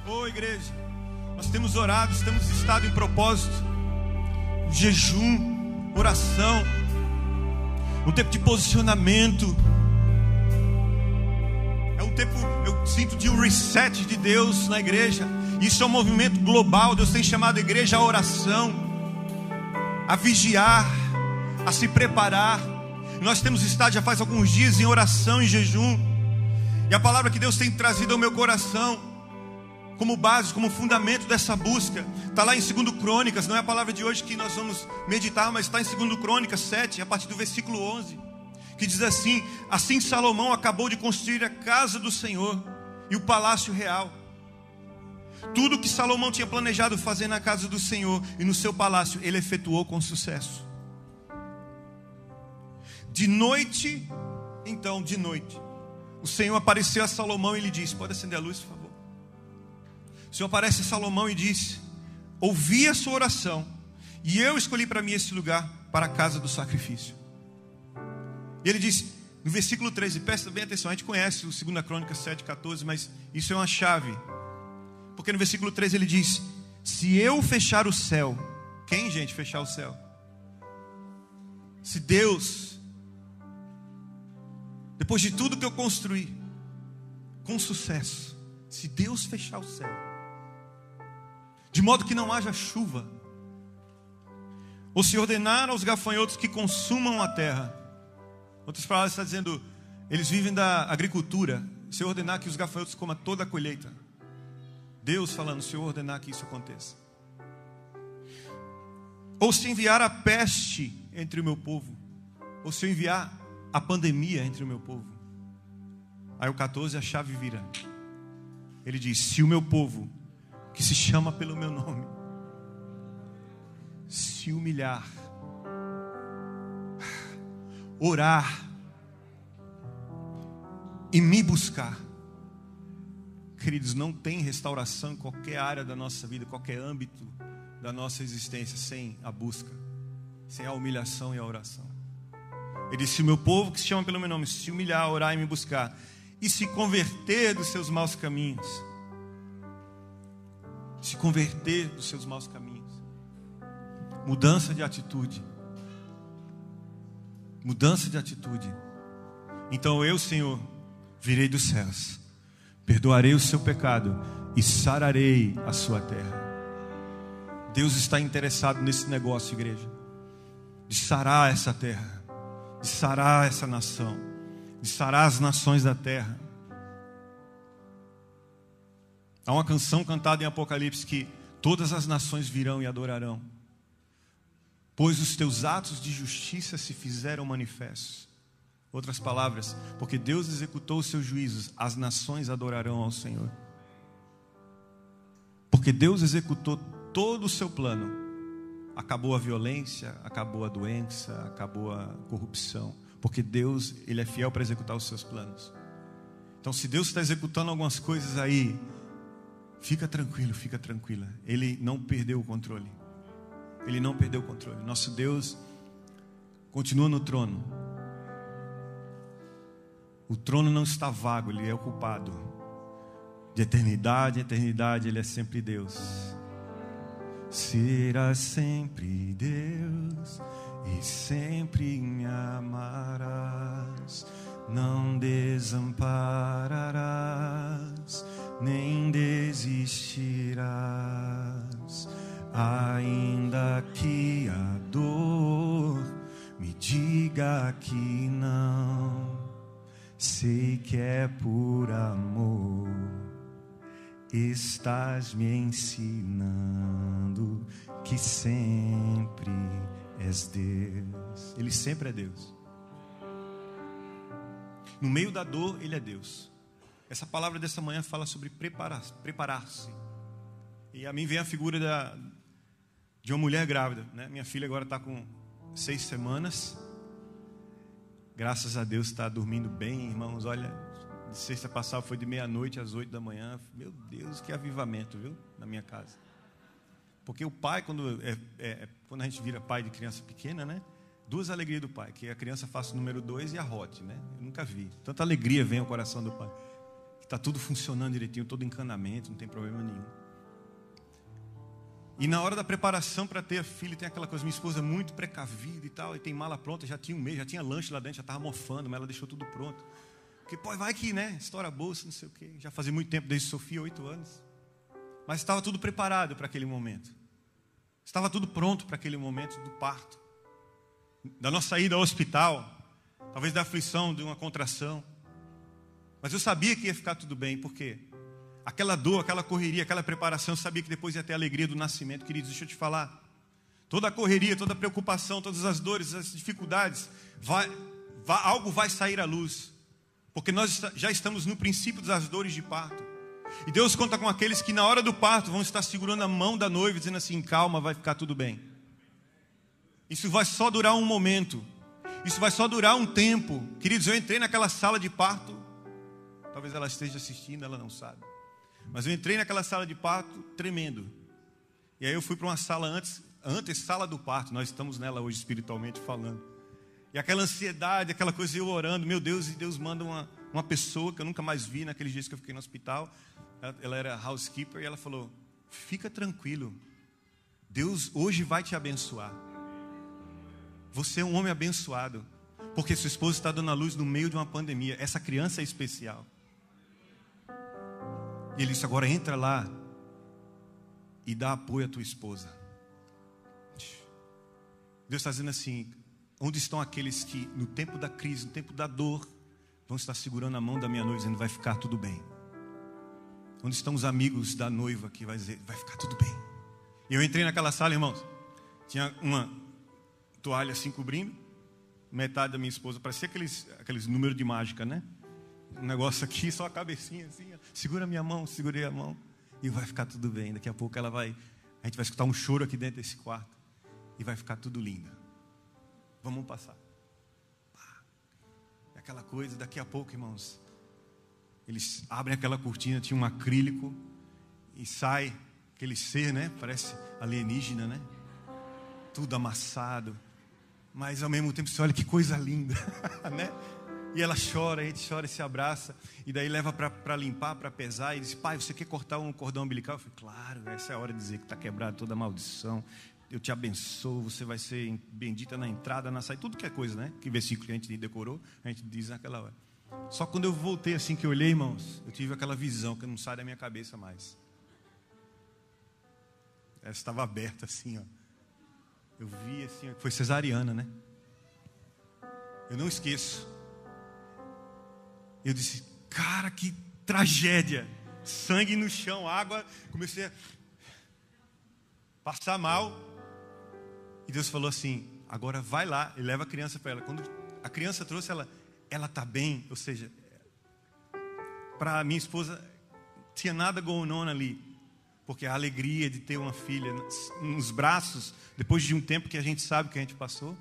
Ô igreja, nós temos orado, temos estado em propósito, jejum, oração, um tempo de posicionamento. É um tempo, eu sinto, de um reset de Deus na igreja. Isso é um movimento global. Deus tem chamado a igreja à oração, a vigiar, a se preparar. Nós temos estado já faz alguns dias em oração, em jejum. E a palavra que Deus tem trazido ao meu coração como base, como fundamento dessa busca, está lá em 2 Crônicas. Não é a palavra de hoje que nós vamos meditar, mas está em 2 Crônicas 7, a partir do versículo 11, que diz assim: assim Salomão acabou de construir a casa do Senhor e o palácio real. Tudo que Salomão tinha planejado fazer na casa do Senhor e no seu palácio, ele efetuou com sucesso. De noite, o Senhor apareceu a Salomão e lhe disse: pode acender a luz, por favor. O Senhor aparece a Salomão e disse: ouvi a sua oração, e eu escolhi para mim esse lugar, para a casa do sacrifício. E ele disse, no versículo 13, presta bem atenção, a gente conhece o 2 Crônicas 7,14, mas isso é uma chave. Porque no versículo 13 ele diz: se eu fechar o céu. Quem, gente, fechar o céu? Se Deus, depois de tudo que eu construí com sucesso, se Deus fechar o céu, de modo que não haja chuva, ou se ordenar aos gafanhotos que consumam a terra. Outras palavras, está dizendo, eles vivem da agricultura. Se eu ordenar que os gafanhotos comam toda a colheita. Deus falando, se eu ordenar que isso aconteça. Ou se enviar a peste entre o meu povo, ou se eu enviar a pandemia entre o meu povo. Aí o 14, a chave vira. Ele diz: se o meu povo, que se chama pelo meu nome, se humilhar, orar e me buscar. Queridos, não tem restauração em qualquer área da nossa vida, qualquer âmbito da nossa existência, sem a busca, sem a humilhação e a oração. Ele disse: se o meu povo, que se chama pelo meu nome, se humilhar, orar e me buscar, e se converter dos seus maus caminhos, se converter dos seus maus caminhos, mudança de atitude, então eu, Senhor, virei dos céus, perdoarei o seu pecado e sararei a sua terra. Deus está interessado nesse negócio, igreja, de sarar essa terra, de sarar essa nação, de sarar as nações da terra. Há uma canção cantada em Apocalipse que todas as nações virão e adorarão, pois os teus atos de justiça se fizeram manifestos. Outras palavras, porque Deus executou os seus juízos, as nações adorarão ao Senhor. Porque Deus executou todo o seu plano. Acabou a violência, acabou a doença, acabou a corrupção. Porque Deus, Ele é fiel para executar os seus planos. Então, se Deus está executando algumas coisas aí, fica tranquilo, fica tranquila. Ele não perdeu o controle. Ele não perdeu o controle. Nosso Deus continua no trono. O trono não está vago, Ele é ocupado. De eternidade em eternidade, Ele é sempre Deus. Será sempre Deus e sempre me amarás. Não desampararás, nem desistirás. Ainda que a dor me diga que não, sei que é por amor. Estás me ensinando que sempre és Deus. Ele sempre é Deus. No meio da dor, Ele é Deus. Essa palavra dessa manhã fala sobre preparar-se. E a mim vem a figura de uma mulher grávida, né? Minha filha agora está com 6 semanas. Graças a Deus está dormindo bem, irmãos. Olha, de sexta passada foi de meia-noite às 8 da manhã. Meu Deus, que avivamento, viu? Na minha casa. Porque o pai, quando a gente vira pai de criança pequena, né? 2 alegrias do pai, que a criança faça o número 2 e a rote, né? Eu nunca vi. Tanta alegria vem ao coração do pai. está tudo funcionando direitinho, todo encanamento, não tem problema nenhum. E na hora da preparação para ter a filha, tem aquela coisa, minha esposa é muito precavida e tal, e tem mala pronta, já tinha um mês, já tinha lanche lá dentro, já estava mofando, mas ela deixou tudo pronto. Porque, pô, vai que, né, estoura a bolsa, não sei o quê. Já fazia muito tempo, desde Sofia, 8 anos. Mas estava tudo preparado para aquele momento. Estava tudo pronto para aquele momento do parto. Da nossa ida ao hospital, talvez da aflição de uma contração. Mas eu sabia que ia ficar tudo bem, porque aquela dor, aquela correria, aquela preparação, eu sabia que depois ia ter a alegria do nascimento. Queridos, deixa eu te falar. Toda a correria, toda a preocupação, todas as dores, as dificuldades, algo vai sair à luz. Porque nós já estamos no princípio das dores de parto. E Deus conta com aqueles que na hora do parto vão estar segurando a mão da noiva, dizendo assim, calma, vai ficar tudo bem. Isso vai só durar um momento. Isso vai só durar um tempo. Queridos, eu entrei naquela sala de parto. Talvez ela esteja assistindo, ela não sabe. Mas eu entrei naquela sala de parto tremendo. E aí eu fui para uma sala sala do parto. Nós estamos nela hoje espiritualmente falando. E aquela ansiedade, aquela coisa, eu orando, meu Deus, e Deus manda uma pessoa que eu nunca mais vi naqueles dias que eu fiquei no hospital. Ela era housekeeper e ela falou, fica tranquilo, Deus hoje vai te abençoar. Você é um homem abençoado, porque sua esposa está dando à luz no meio de uma pandemia. Essa criança é especial. E ele disse, agora entra lá e dá apoio à tua esposa. Deus está dizendo assim, onde estão aqueles que no tempo da crise, no tempo da dor, vão estar segurando a mão da minha noiva, dizendo, vai ficar tudo bem. Onde estão os amigos da noiva que vai dizer, vai ficar tudo bem. E eu entrei naquela sala, irmãos, tinha uma toalha assim cobrindo, metade da minha esposa, parecia aqueles números de mágica, né? Um negócio aqui, só a cabecinha assim, ó. Segura minha mão, segurei a mão, e vai ficar tudo bem. Daqui a pouco a gente vai escutar um choro aqui dentro desse quarto, e vai ficar tudo lindo. Vamos passar. Aquela coisa, daqui a pouco, irmãos, eles abrem aquela cortina, tinha um acrílico, e sai aquele ser, né? Parece alienígena, né? Tudo amassado, mas ao mesmo tempo você olha que coisa linda, né? E ela chora, a gente chora e se abraça, e daí leva para limpar, para pesar, e diz, pai, você quer cortar um cordão umbilical? Eu falei, claro, essa é a hora de dizer que está quebrada toda a maldição. Eu te abençoo, você vai ser bendita na entrada, na saída, tudo que é coisa, né? Que versículo que a gente decorou, a gente diz naquela hora. Só quando eu voltei assim, que eu olhei, irmãos, eu tive aquela visão que não sai da minha cabeça mais. Ela estava aberta assim, ó. Eu vi assim, ó, foi cesariana, né? Eu não esqueço. Eu disse, cara, que tragédia. Sangue no chão, água, comecei a passar mal. E Deus falou assim, agora vai lá e leva a criança para ela. Quando a criança trouxe ela está bem. Ou seja, para a minha esposa, tinha nada going on ali. Porque a alegria de ter uma filha nos braços, depois de um tempo que a gente sabe que a gente passou,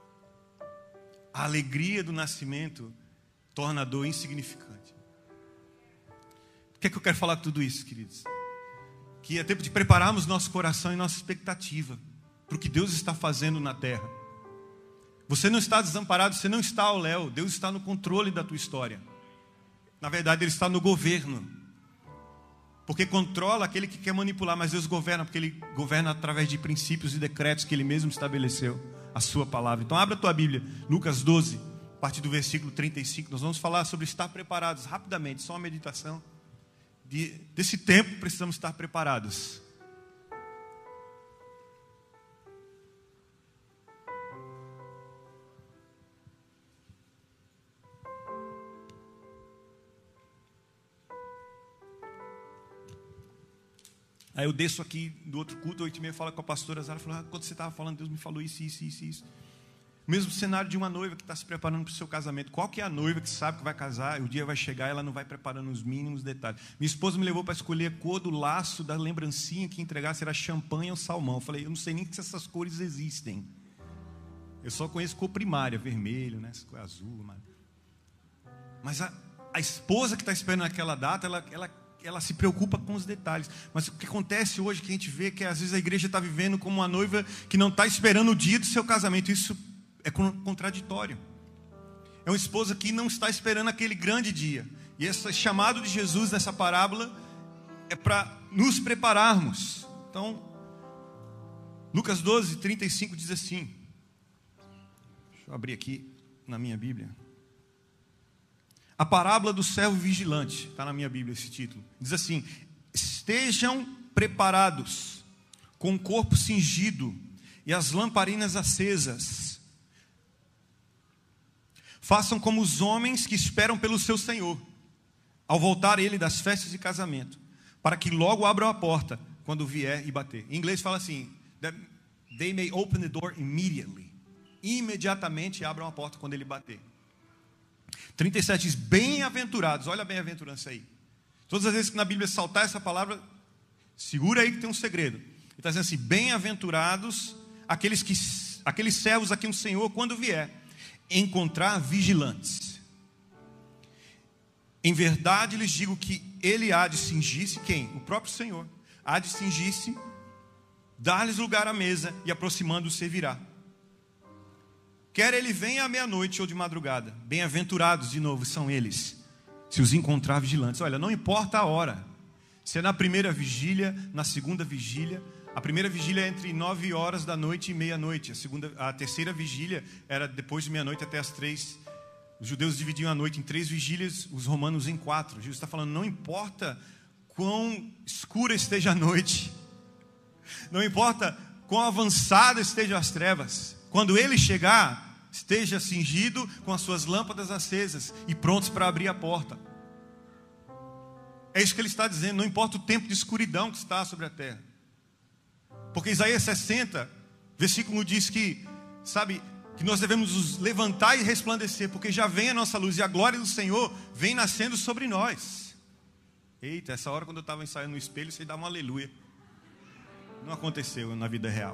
a alegria do nascimento torna a dor insignificante. Por que é que eu quero falar tudo isso, queridos? Que é tempo de prepararmos nosso coração e nossa expectativa para o que Deus está fazendo na terra. Você não está desamparado, você não está ao léu. Deus está no controle da tua história. Na verdade, Ele está no governo. Porque controla aquele que quer manipular, mas Deus governa, porque Ele governa através de princípios e decretos que Ele mesmo estabeleceu, a sua palavra. Então abra a tua Bíblia, Lucas 12, a partir do versículo 35. Nós vamos falar sobre estar preparados, rapidamente, só uma meditação. Desse tempo precisamos estar preparados. Aí eu desço aqui do outro culto, 8h30, falo com a pastora Zara, falou, quando você estava falando, Deus me falou isso. Mesmo cenário de uma noiva que está se preparando para o seu casamento. Qual que é a noiva que sabe que vai casar, o dia vai chegar, ela não vai preparando os mínimos detalhes. Minha esposa me levou para escolher a cor do laço da lembrancinha que entregar, se era champanhe ou salmão. Eu falei, eu não sei nem se essas cores existem. Eu só conheço cor primária, vermelho, né? Cor azul. Mas a esposa que está esperando aquela data, ela se preocupa com os detalhes. Mas o que acontece hoje, que a gente vê, que às vezes a igreja está vivendo como uma noiva que não está esperando o dia do seu casamento. Isso é contraditório. É uma esposa que não está esperando aquele grande dia. E esse chamado de Jesus nessa parábola é para nos prepararmos. Então, Lucas 12, 35 diz assim. Deixa eu abrir aqui na minha Bíblia. A parábola do servo vigilante. Está na minha Bíblia esse título. Diz assim: estejam preparados, com o corpo cingido e as lamparinas acesas. Façam como os homens que esperam pelo seu Senhor, ao voltar ele das festas de casamento, para que logo abram a porta quando vier e bater. Em inglês fala assim: they may open the door immediately. Imediatamente abram a porta quando ele bater. 37 diz: bem-aventurados. Olha a bem-aventurança aí. Todas as vezes que na Bíblia saltar essa palavra, segura aí que tem um segredo. Ele está dizendo assim: bem-aventurados aqueles servos a quem o Senhor, quando vier, encontrar vigilantes. Em verdade lhes digo que ele há de cingir-se, quem? O próprio Senhor. Há de cingir-se, dar-lhes lugar à mesa e aproximando-se servirá. Quer ele venha à meia-noite ou de madrugada, bem-aventurados de novo são eles, se os encontrar vigilantes. Olha, não importa a hora, se é na primeira vigília, na segunda vigília. A primeira vigília é entre 9 horas da noite e meia-noite. A terceira vigília era depois de meia-noite até as 3. Os judeus dividiam a noite em 3 vigílias, os romanos em 4. Jesus está falando: não importa quão escura esteja a noite, não importa quão avançada estejam as trevas, quando ele chegar, esteja cingido com as suas lâmpadas acesas e prontos para abrir a porta. É isso que ele está dizendo. Não importa o tempo de escuridão que está sobre a terra, porque Isaías 60, versículo diz que, que nós devemos nos levantar e resplandecer, porque já vem a nossa luz e a glória do Senhor vem nascendo sobre nós. Eita, essa hora quando eu estava ensaiando no espelho, você dá um aleluia. Não aconteceu na vida real.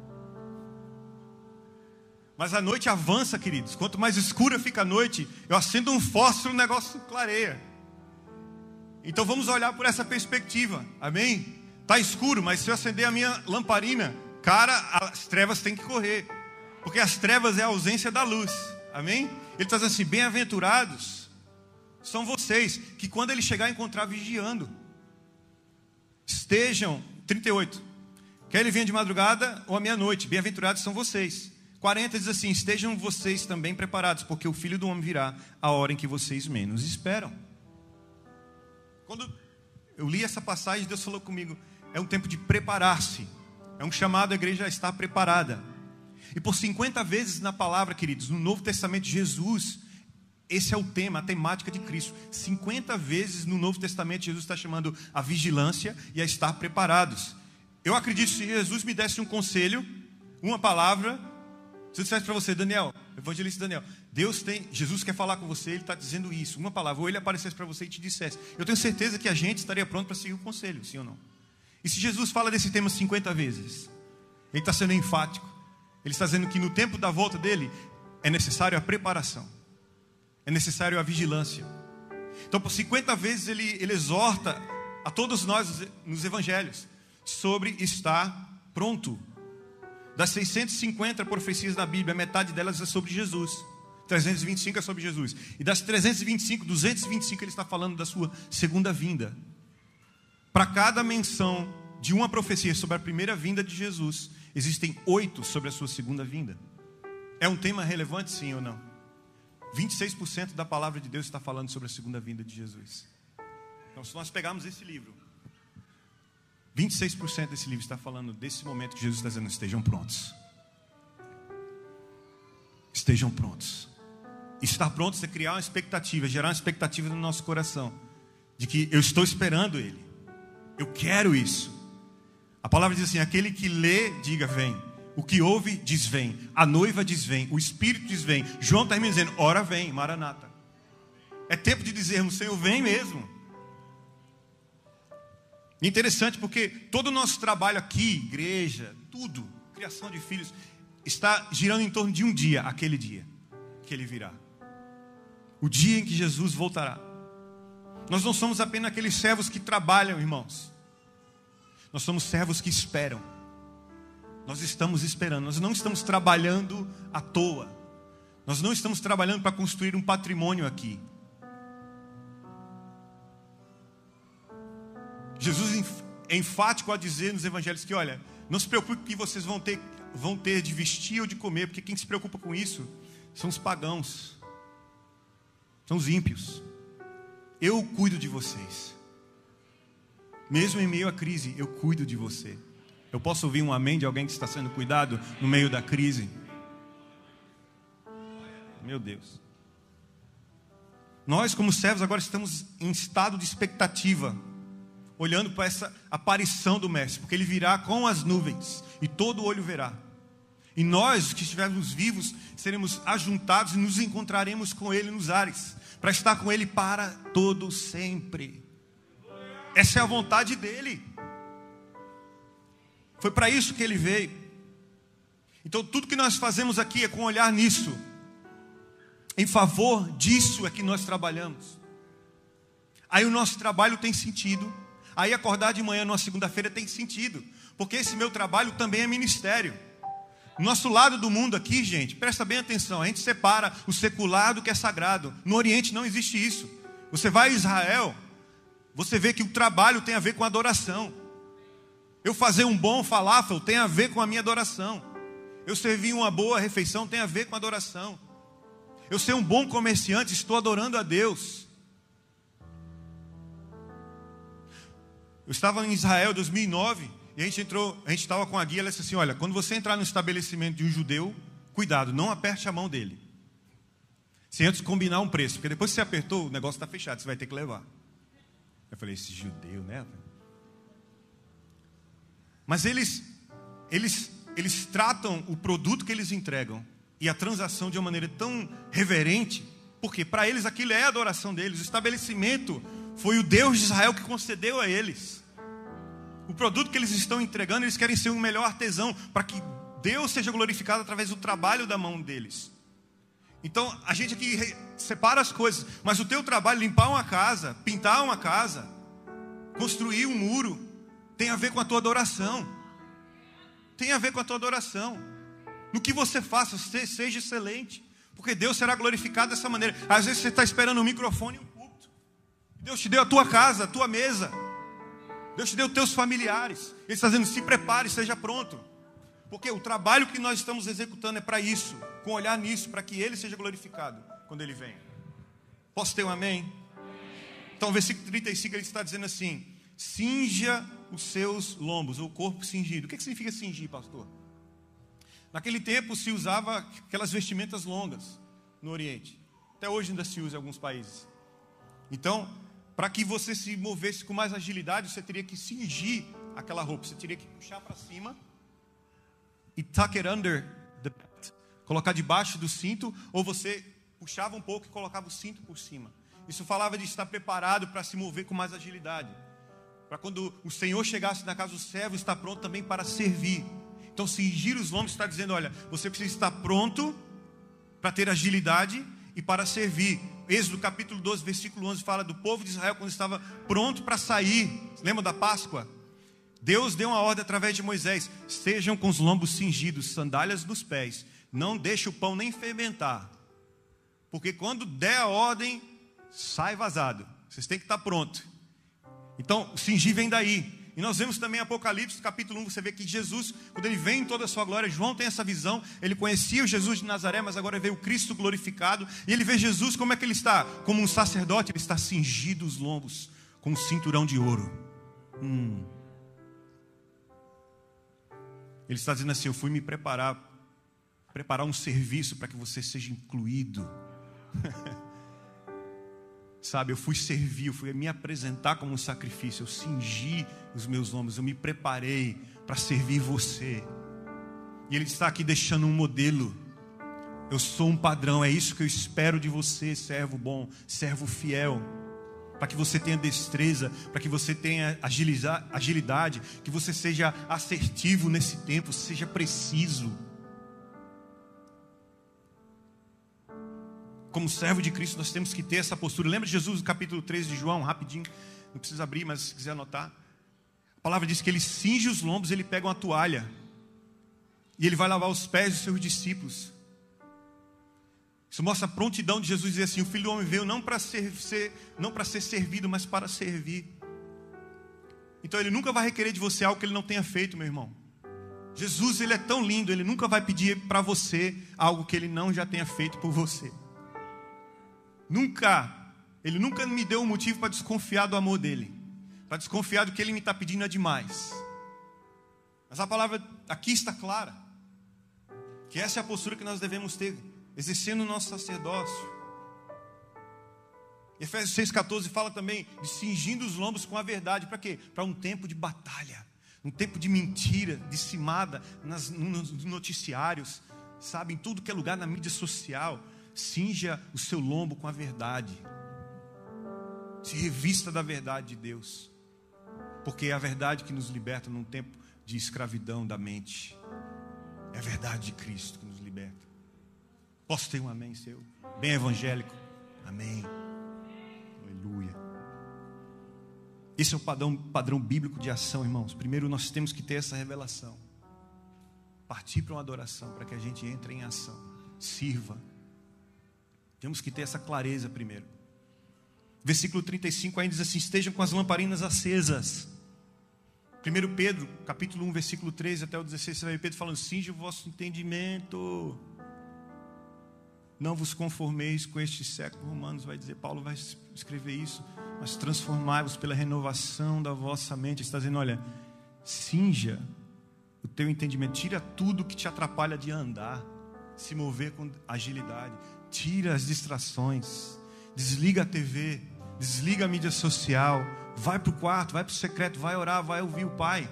Mas a noite avança, queridos. Quanto mais escura fica a noite, eu acendo um fósforo, o negócio clareia. Então vamos olhar por essa perspectiva, amém? Está escuro, mas se eu acender a minha lamparina, cara, as trevas têm que correr, porque as trevas é a ausência da luz, amém? Ele está dizendo assim: bem-aventurados são vocês, que quando ele chegar encontrar vigiando, estejam, 38, quer ele venha de madrugada ou à meia-noite, bem-aventurados são vocês. 40 diz assim: estejam vocês também preparados, porque o Filho do Homem virá a hora em que vocês menos esperam. Quando eu li essa passagem, Deus falou comigo: é um tempo de preparar-se, é um chamado à igreja a estar preparada. E por 50 vezes na palavra, queridos, no Novo Testamento, Jesus, esse é o tema, a temática de Cristo. 50 vezes no Novo Testamento Jesus está chamando a vigilância e a estar preparados. Eu acredito que se Jesus me desse um conselho, uma palavra, se eu dissesse para você: Daniel, evangelista Daniel, Jesus quer falar com você, ele está dizendo isso, uma palavra, ou ele aparecesse para você e te dissesse, eu tenho certeza que a gente estaria pronto para seguir o conselho, sim ou não? E se Jesus fala desse tema 50 vezes, ele está sendo enfático, ele está dizendo que no tempo da volta dele é necessário a preparação, é necessário a vigilância. Então por 50 vezes ele exorta a todos nós nos evangelhos sobre estar pronto. Das 650 profecias da Bíblia, metade delas é sobre Jesus, 325 é sobre Jesus, e das 325, 225 ele está falando da sua segunda vinda. Para cada menção de uma profecia sobre a primeira vinda de Jesus, existem 8 sobre a sua segunda vinda. É um tema relevante, sim ou não? 26% da palavra de Deus está falando sobre a segunda vinda de Jesus. Então, se nós pegarmos esse livro, 26% desse livro está falando desse momento que Jesus está dizendo: estejam prontos. Estejam prontos. Estar prontos é criar uma expectativa, gerar uma expectativa no nosso coração, de que eu estou esperando Ele, eu quero isso. A palavra diz assim: aquele que lê, diga vem. O que ouve, diz vem. A noiva diz vem. O Espírito diz vem. João termina dizendo: ora vem, Maranata. É tempo de dizermos: Senhor, vem mesmo. Interessante porque todo o nosso trabalho aqui, igreja, tudo, criação de filhos, está girando em torno de um dia, aquele dia que Ele virá. O dia em que Jesus voltará. Nós não somos apenas aqueles servos que trabalham, irmãos. Nós somos servos que esperam. Nós estamos esperando, nós não estamos trabalhando à toa. Nós não estamos trabalhando para construir um patrimônio aqui. Jesus é enfático a dizer nos evangelhos que, olha, não se preocupe que vocês vão ter de vestir ou de comer, porque quem se preocupa com isso são os pagãos, são os ímpios. Eu cuido de vocês. Mesmo em meio à crise, eu cuido de você. Eu posso ouvir um amém de alguém que está sendo cuidado no meio da crise? Meu Deus. Nós, como servos, agora estamos em estado de expectativa, olhando para essa aparição do Mestre, porque Ele virá com as nuvens, e todo olho verá. E nós, que estivermos vivos, seremos ajuntados e nos encontraremos com Ele nos ares, para estar com Ele para todo sempre. Essa é a vontade dEle. Foi para isso que Ele veio. Então tudo que nós fazemos aqui é com olhar nisso. Em favor disso é que nós trabalhamos. Aí o nosso trabalho tem sentido. Aí acordar de manhã numa segunda-feira tem sentido. Porque esse meu trabalho também é ministério. Nosso lado do mundo aqui, gente, presta bem atenção. A gente separa o secular do que é sagrado. No Oriente não existe isso. Você vai a Israel, você vê que o trabalho tem a ver com adoração. Eu fazer um bom falafel tem a ver com a minha adoração. Eu servir uma boa refeição tem a ver com adoração. Eu ser um bom comerciante, estou adorando a Deus. Eu estava em Israel em 2009 e a gente estava com a guia. Ela disse assim: olha, quando você entrar no estabelecimento de um judeu, cuidado, não aperte a mão dele. Sem antes combinar um preço, porque depois que você apertou, o negócio está fechado, você vai ter que levar. Eu falei, esse judeu, né? Mas eles tratam o produto que eles entregam e a transação de uma maneira tão reverente, porque para eles aquilo é a adoração deles. O estabelecimento foi o Deus de Israel que concedeu a eles. O produto que eles estão entregando, eles querem ser um melhor artesão, para que Deus seja glorificado através do trabalho da mão deles. Então, a gente aqui separa as coisas, mas o teu trabalho, limpar uma casa, pintar uma casa, construir um muro, tem a ver com a tua adoração. Tem a ver com a tua adoração. No que você faça, seja excelente, porque Deus será glorificado dessa maneira. Às vezes você está esperando um microfone e um púlpito. Deus te deu a tua casa, a tua mesa. Deus te deu os teus familiares. Ele está dizendo, se prepare, seja pronto. Porque o trabalho que nós estamos executando é para isso, com olhar nisso, para que Ele seja glorificado quando Ele vem. Posso ter um amém? Então, versículo 35, ele está dizendo assim: cinja os seus lombos, ou o corpo cingido. O que significa cingir, pastor? Naquele tempo se usava aquelas vestimentas longas no Oriente. Até hoje ainda se usa em alguns países. Então, para que você se movesse com mais agilidade, você teria que cingir aquela roupa. Você teria que puxar para cima e tuck it under the belt, colocar debaixo do cinto, ou você puxava um pouco e colocava o cinto por cima. Isso falava de estar preparado para se mover com mais agilidade. Para quando o Senhor chegasse na casa do servo, estar pronto também para servir. Então, cingir os lombos está dizendo, olha, você precisa estar pronto para ter agilidade e para servir. Êxodo capítulo 12, versículo 11, fala do povo de Israel quando estava pronto para sair. Lembra da Páscoa? Deus deu uma ordem através de Moisés: estejam com os lombos cingidos, sandálias nos pés, não deixe o pão nem fermentar, porque quando der a ordem, sai vazado. Vocês têm que estar prontos. Então, o cingir vem daí. E nós vemos também em Apocalipse, capítulo 1, você vê que Jesus, quando Ele vem em toda a sua glória, João tem essa visão, ele conhecia o Jesus de Nazaré, mas agora veio o Cristo glorificado, e ele vê Jesus, como é que ele está? Como um sacerdote, ele está cingido os lombos, com um cinturão de ouro. Ele está dizendo assim: eu fui me preparar um serviço para que você seja incluído. Sabe, eu fui servir, eu fui me apresentar como um sacrifício. Eu cingi os meus lombos, eu me preparei para servir você. E Ele está aqui deixando um modelo. Eu sou um padrão, é isso que eu espero de você, servo bom, servo fiel. Para que você tenha destreza, para que você tenha agilidade, que você seja assertivo nesse tempo, seja preciso. Como servo de Cristo, nós temos que ter essa postura. Lembra de Jesus, no capítulo 13 de João, rapidinho, não precisa abrir, mas se quiser anotar. A palavra diz que Ele cinge os lombos, Ele pega uma toalha e Ele vai lavar os pés dos seus discípulos. Isso mostra a prontidão de Jesus dizer assim: o Filho do Homem veio não para ser servido, mas para servir. Então Ele nunca vai requerer de você algo que Ele não tenha feito, meu irmão. Jesus, Ele é tão lindo, Ele nunca vai pedir para você algo que Ele não já tenha feito por você. Nunca. Ele nunca me deu um motivo para desconfiar do amor dEle. Para desconfiar do que Ele me está pedindo é demais. Mas a palavra aqui está clara. Que essa é a postura que nós devemos ter, exercendo o nosso sacerdócio. Efésios 6,14 fala também de cingindo os lombos com a verdade. Para quê? Para um tempo de batalha. Um tempo de mentira, dissimada nos noticiários, sabe, em tudo que é lugar na mídia social. Cinja o seu lombo com a verdade. Se revista da verdade de Deus. Porque é a verdade que nos liberta num tempo de escravidão da mente. É a verdade de Cristo que nos liberta. Posso ter um amém seu? Bem evangélico. Amém. Aleluia. Esse é o padrão bíblico de ação, irmãos. Primeiro nós temos que ter essa revelação. Partir para uma adoração, para que a gente entre em ação. Sirva. Temos que ter essa clareza primeiro. Versículo 35 ainda diz assim: estejam com as lamparinas acesas. 1 Pedro, capítulo 1, versículo 13 até o 16, você vai ver Pedro falando: cinge o vosso entendimento. Não vos conformeis com este século. Romanos vai dizer, Paulo vai escrever isso. Mas transformai-vos pela renovação da vossa mente. Ele está dizendo, olha, cinja o teu entendimento. Tira tudo que te atrapalha de andar, se mover com agilidade. Tira as distrações. Desliga a TV, desliga a mídia social. Vai para o quarto, vai para o secreto, vai orar, vai ouvir o Pai.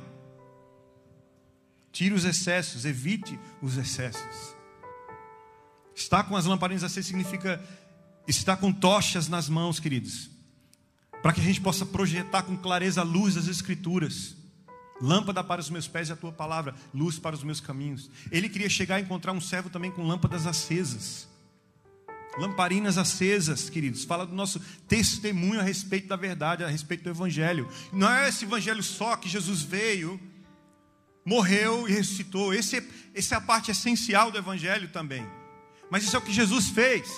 Tire os excessos, evite os excessos. Estar com as lamparinas acesas significa estar com tochas nas mãos, queridos, para que a gente possa projetar com clareza a luz das Escrituras. Lâmpada para os meus pés e a tua palavra, luz para os meus caminhos. Ele queria chegar a encontrar um servo também com lâmpadas acesas. Lamparinas acesas, queridos, fala do nosso testemunho a respeito da verdade, a respeito do Evangelho. Não é esse Evangelho só que Jesus veio, morreu e ressuscitou. Essa é a parte essencial do Evangelho também. Mas isso é o que Jesus fez.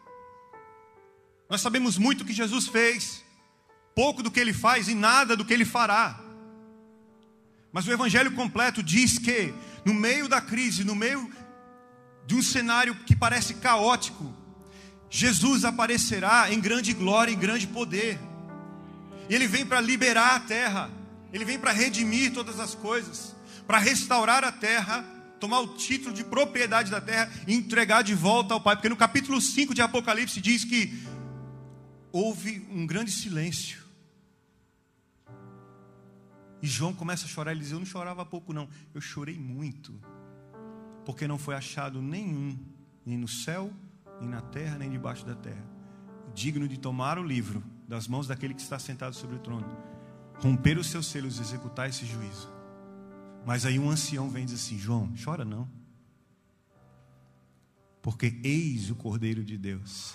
Nós sabemos muito o que Jesus fez, pouco do que Ele faz e nada do que Ele fará. Mas o Evangelho completo diz que, no meio da crise, no meio de um cenário que parece caótico, Jesus aparecerá em grande glória e grande poder. E Ele vem para liberar a terra. Ele vem para redimir todas as coisas, para restaurar a terra, tomar o título de propriedade da terra e entregar de volta ao Pai. Porque no capítulo 5 de Apocalipse diz que houve um grande silêncio. E João começa a chorar. Ele diz, eu não chorava há pouco não, eu chorei muito, porque não foi achado nenhum, nem no céu, nem na terra, nem debaixo da terra, digno de tomar o livro das mãos daquele que está sentado sobre o trono, romper os seus selos e executar esse juízo. Mas aí um ancião vem e diz assim, João, chora não, porque eis o Cordeiro de Deus.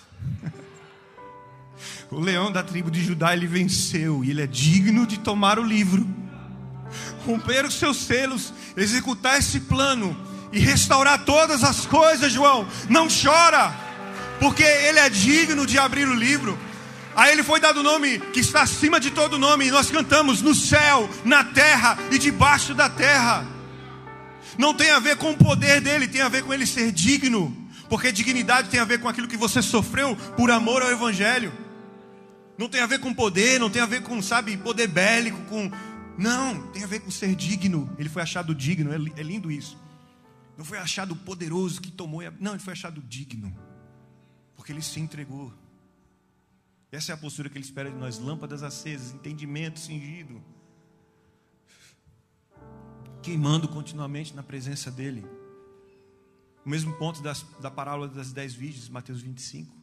O leão da tribo de Judá, ele venceu, e ele é digno de tomar o livro, romper os seus selos, executar esse plano e restaurar todas as coisas. João, não chora, porque ele é digno de abrir o livro. A ele foi dado o nome que está acima de todo nome, e nós cantamos no céu, na terra e debaixo da terra. Não tem a ver com o poder dele, tem a ver com ele ser digno, porque dignidade tem a ver com aquilo que você sofreu por amor ao Evangelho. Não tem a ver com poder, não tem a ver com, sabe, poder bélico, não, tem a ver com ser digno. Ele foi achado digno, é lindo isso. Não foi achado poderoso que tomou, não, ele foi achado digno, porque ele se entregou. Essa é a postura que ele espera de nós, lâmpadas acesas, entendimento cingido, queimando continuamente na presença dele. O mesmo ponto da parábola das 10 virgens, Mateus 25.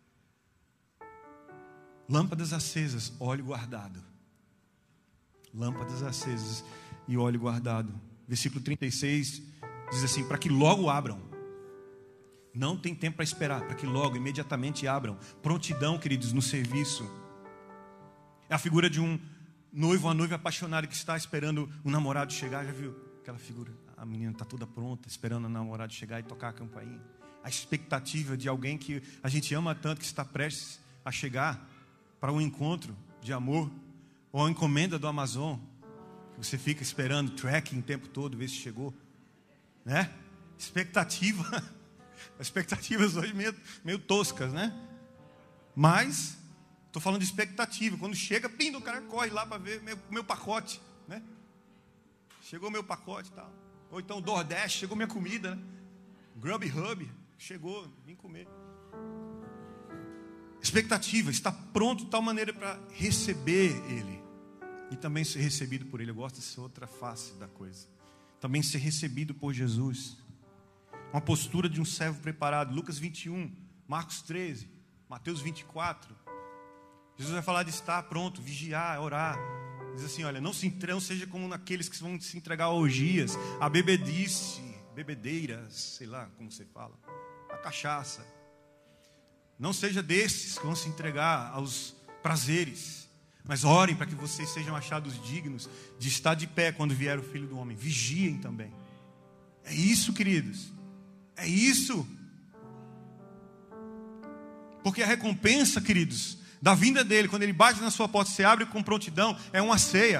Lâmpadas acesas, óleo guardado. Lâmpadas acesas e óleo guardado. Versículo 36 diz assim, para que logo abram. Não tem tempo para esperar, para que logo, imediatamente abram. Prontidão, queridos, no serviço. É a figura de um noivo, uma noiva apaixonada que está esperando o namorado chegar. Já viu aquela figura? A menina está toda pronta, esperando o namorado chegar e tocar a campainha. A expectativa de alguém que a gente ama tanto, que está prestes a chegar para um encontro de amor, ou a encomenda do Amazon, Você fica esperando tracking o tempo todo, ver se chegou, né? Expectativa. Expectativas hoje meio toscas, né? Mas estou falando de expectativa. Quando chega, o cara corre lá para ver meu pacote, né? Chegou meu pacote e tal. Ou então DoorDash, chegou minha comida, né? Grubhub, chegou, vim comer. Expectativa, está pronto de tal maneira para receber Ele. E também ser recebido por Ele. Eu gosto dessa outra face da coisa. Também ser recebido por Jesus. Uma postura de um servo preparado. Lucas 21, Marcos 13, Mateus 24. Jesus vai falar de estar pronto, vigiar, orar. Diz assim, olha, não seja como naqueles que vão se entregar a orgias, a bebedeiras, sei lá como você fala, a cachaça. Não seja desses que vão se entregar aos prazeres, mas orem para que vocês sejam achados dignos de estar de pé quando vier o Filho do Homem. Vigiem também. É isso, queridos. É isso. Porque a recompensa, queridos, da vinda dele, quando ele bate na sua porta, você abre com prontidão, é uma ceia.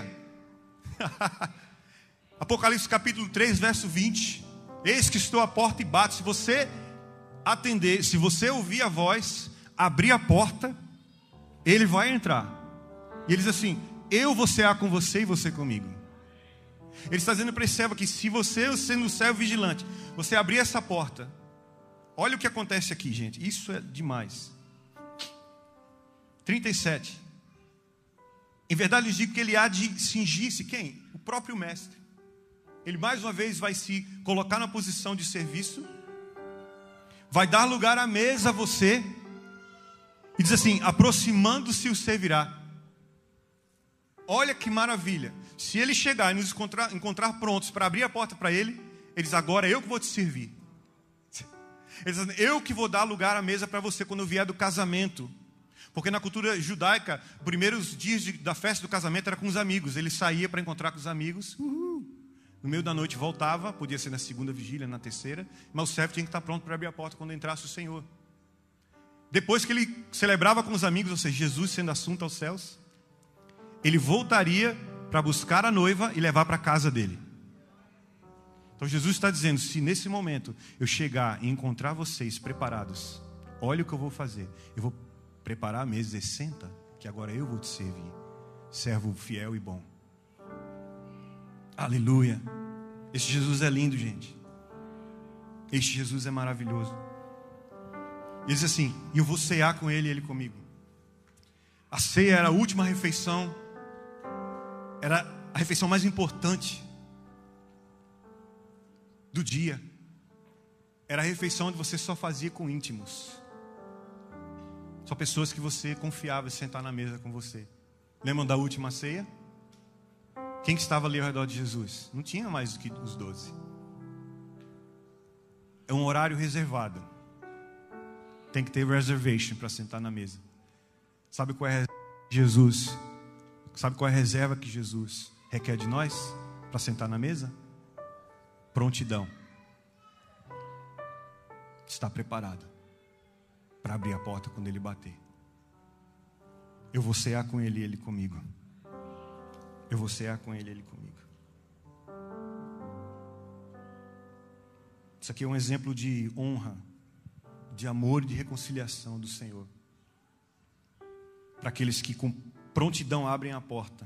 Apocalipse capítulo 3, verso 20. Eis que estou à porta e bato. Se você atender, se você ouvir a voz, abrir a porta, ele vai entrar. E ele diz assim, eu vou cear com você e você comigo. Ele está dizendo para esse servo aqui, se você, sendo servo vigilante, você abrir essa porta, olha o que acontece aqui, gente. Isso é demais. 37. Em verdade lhes digo que ele há de cingir-se, quem? O próprio mestre. Ele mais uma vez vai se colocar na posição de serviço, vai dar lugar à mesa a você, e diz assim, aproximando-se o servirá. Olha que maravilha. Se ele chegar e nos encontrar prontos para abrir a porta para ele, ele diz, agora eu que vou te servir. Ele diz, eu que vou dar lugar à mesa para você quando eu vier do casamento. Porque na cultura judaica, os primeiros dias da festa do casamento era com os amigos. Ele saía para encontrar com os amigos. No meio da noite voltava, podia ser na segunda vigília, na terceira. Mas o servo tinha que estar pronto para abrir a porta quando entrasse o Senhor. Depois que ele celebrava com os amigos, ou seja, Jesus sendo assunto aos céus, ele voltaria para buscar a noiva e levar para a casa dele. Então Jesus está dizendo, se nesse momento eu chegar e encontrar vocês preparados, olha o que eu vou fazer. Eu vou preparar a mesa e dizer, senta, que agora eu vou te servir. Servo fiel e bom. Aleluia. Este Jesus é lindo, gente. Este Jesus é maravilhoso. Ele diz assim, e eu vou cear com ele e ele comigo. A ceia era a última refeição. Era a refeição mais importante do dia. Era a refeição onde você só fazia com íntimos. Só pessoas que você confiava em sentar na mesa com você. Lembram da última ceia? Quem que estava ali ao redor de Jesus? Não tinha mais do que os 12. É um horário reservado. Tem que ter reservation para sentar na mesa. Sabe qual é a reserva de Jesus? Sabe qual é a reserva que Jesus requer de nós para sentar na mesa? Prontidão. Está preparado para abrir a porta quando ele bater. Eu vou cear com ele e ele comigo. Eu vou cear com ele e ele comigo. Isso aqui é um exemplo de honra, de amor e de reconciliação do Senhor. Para aqueles que com prontidão abrem a porta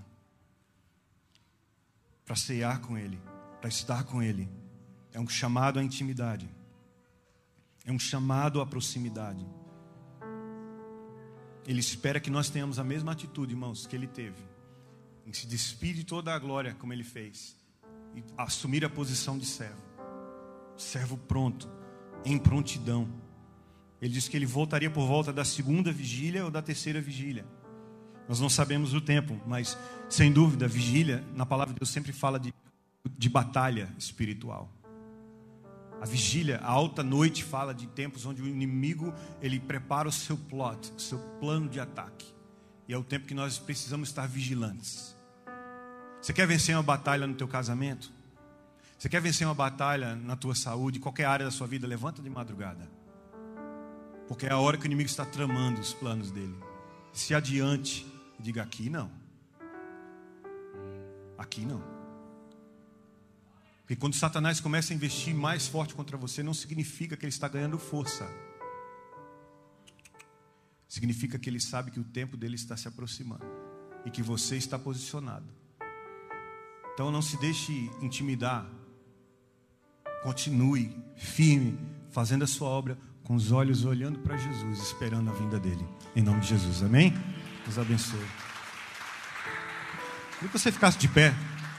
para cear com ele, para estar com ele. É um chamado à intimidade. É um chamado à proximidade. Ele espera que nós tenhamos a mesma atitude, irmãos, que ele teve, em se despir de toda a glória como ele fez e assumir a posição de servo. Servo pronto, em prontidão. Ele disse que ele voltaria por volta da segunda vigília ou da terceira vigília. Nós não sabemos o tempo, mas sem dúvida, vigília, na palavra de Deus sempre fala de batalha espiritual. A vigília, a alta noite, fala de tempos onde o inimigo, ele prepara o seu plot, o seu plano de ataque. E é o tempo que nós precisamos estar vigilantes. Você quer vencer uma batalha no teu casamento? Você quer vencer uma batalha na tua saúde, qualquer área da sua vida? Levanta de madrugada. Porque é a hora que o inimigo está tramando os planos dele. Se adiante, diga aqui não. Aqui não. Porque quando Satanás começa a investir mais forte contra você, não significa que ele está ganhando força. Significa que ele sabe que o tempo dele está se aproximando e que você está posicionado. Então não se deixe intimidar. Continue firme, fazendo a sua obra com os olhos olhando para Jesus, esperando a vinda dele. Em nome de Jesus, amém? Deus abençoe. Queria que você ficasse de pé.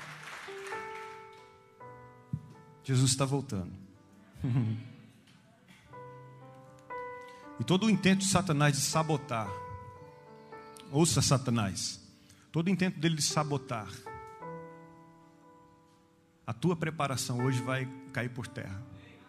Jesus está voltando. E todo o intento de Satanás de sabotar, ouça Satanás, todo o intento dele de sabotar, a tua preparação hoje vai cair por terra.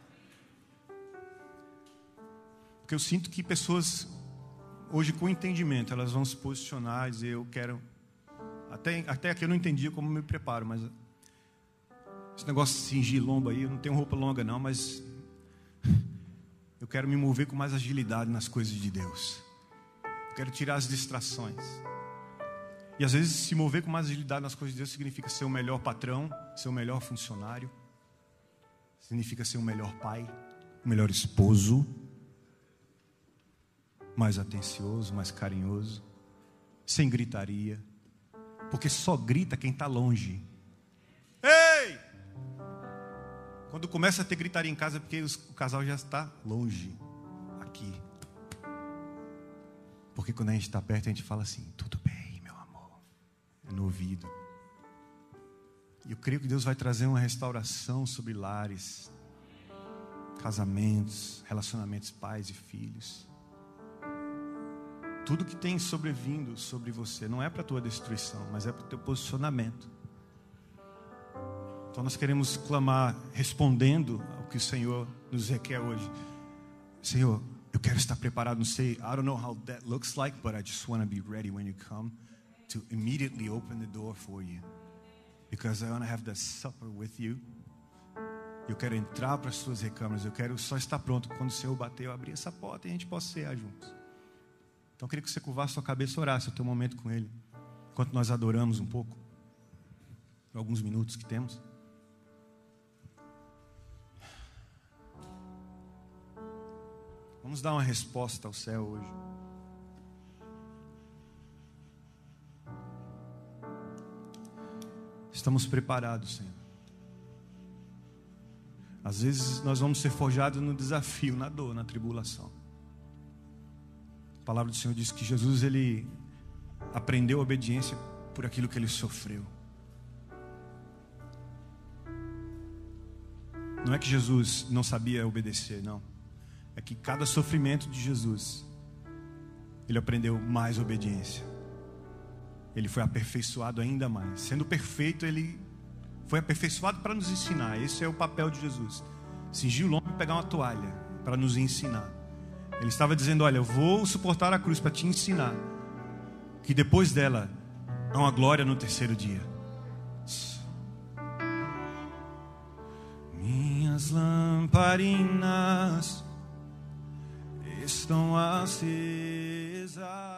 Porque eu sinto que pessoas hoje com entendimento, elas vão se posicionar e dizer, eu quero, até aqui eu não entendia como me preparo, mas esse negócio de cingir lomba aí, eu não tenho roupa longa não, mas eu quero me mover com mais agilidade nas coisas de Deus. Eu quero tirar as distrações. E às vezes se mover com mais agilidade nas coisas de Deus significa ser o melhor patrão, ser o melhor funcionário, significa ser o melhor pai, o melhor esposo, mais atencioso, mais carinhoso, sem gritaria, porque só grita quem está longe. Ei! Quando começa a ter gritaria em casa é porque o casal já está longe, aqui. Porque quando a gente está perto a gente fala assim, tudo bem, meu amor, é no ouvido. E eu creio que Deus vai trazer uma restauração sobre lares, casamentos, relacionamentos pais e filhos. Tudo que tem sobrevindo sobre você não é para a tua destruição, mas é para o teu posicionamento. Então nós queremos clamar, respondendo ao que o Senhor nos requer hoje. Senhor, eu quero estar preparado, não sei, I don't know how that looks like, but I just want to be ready when you come to immediately open the door for you. Because I want to have that supper with you. Eu quero entrar para as suas recâmaras, eu quero só estar pronto quando o Senhor bater, eu abrir essa porta e a gente possa cear juntos. Então eu queria que você curvasse sua cabeça e orasse o teu momento com Ele. Enquanto nós adoramos um pouco, alguns minutos que temos. Vamos dar uma resposta ao céu hoje. Estamos preparados, Senhor. Às vezes nós vamos ser forjados no desafio, na dor, na tribulação. A palavra do Senhor diz que Jesus, Ele aprendeu a obediência por aquilo que Ele sofreu. Não é que Jesus não sabia obedecer, não. É que cada sofrimento de Jesus, Ele aprendeu mais obediência. Ele foi aperfeiçoado ainda mais. Sendo perfeito, Ele foi aperfeiçoado para nos ensinar. Esse é o papel de Jesus. Cingir o lombo e pegar uma toalha para nos ensinar. Ele estava dizendo, olha, eu vou suportar a cruz para te ensinar que depois dela há uma glória no terceiro dia. Minhas lamparinas estão acesas.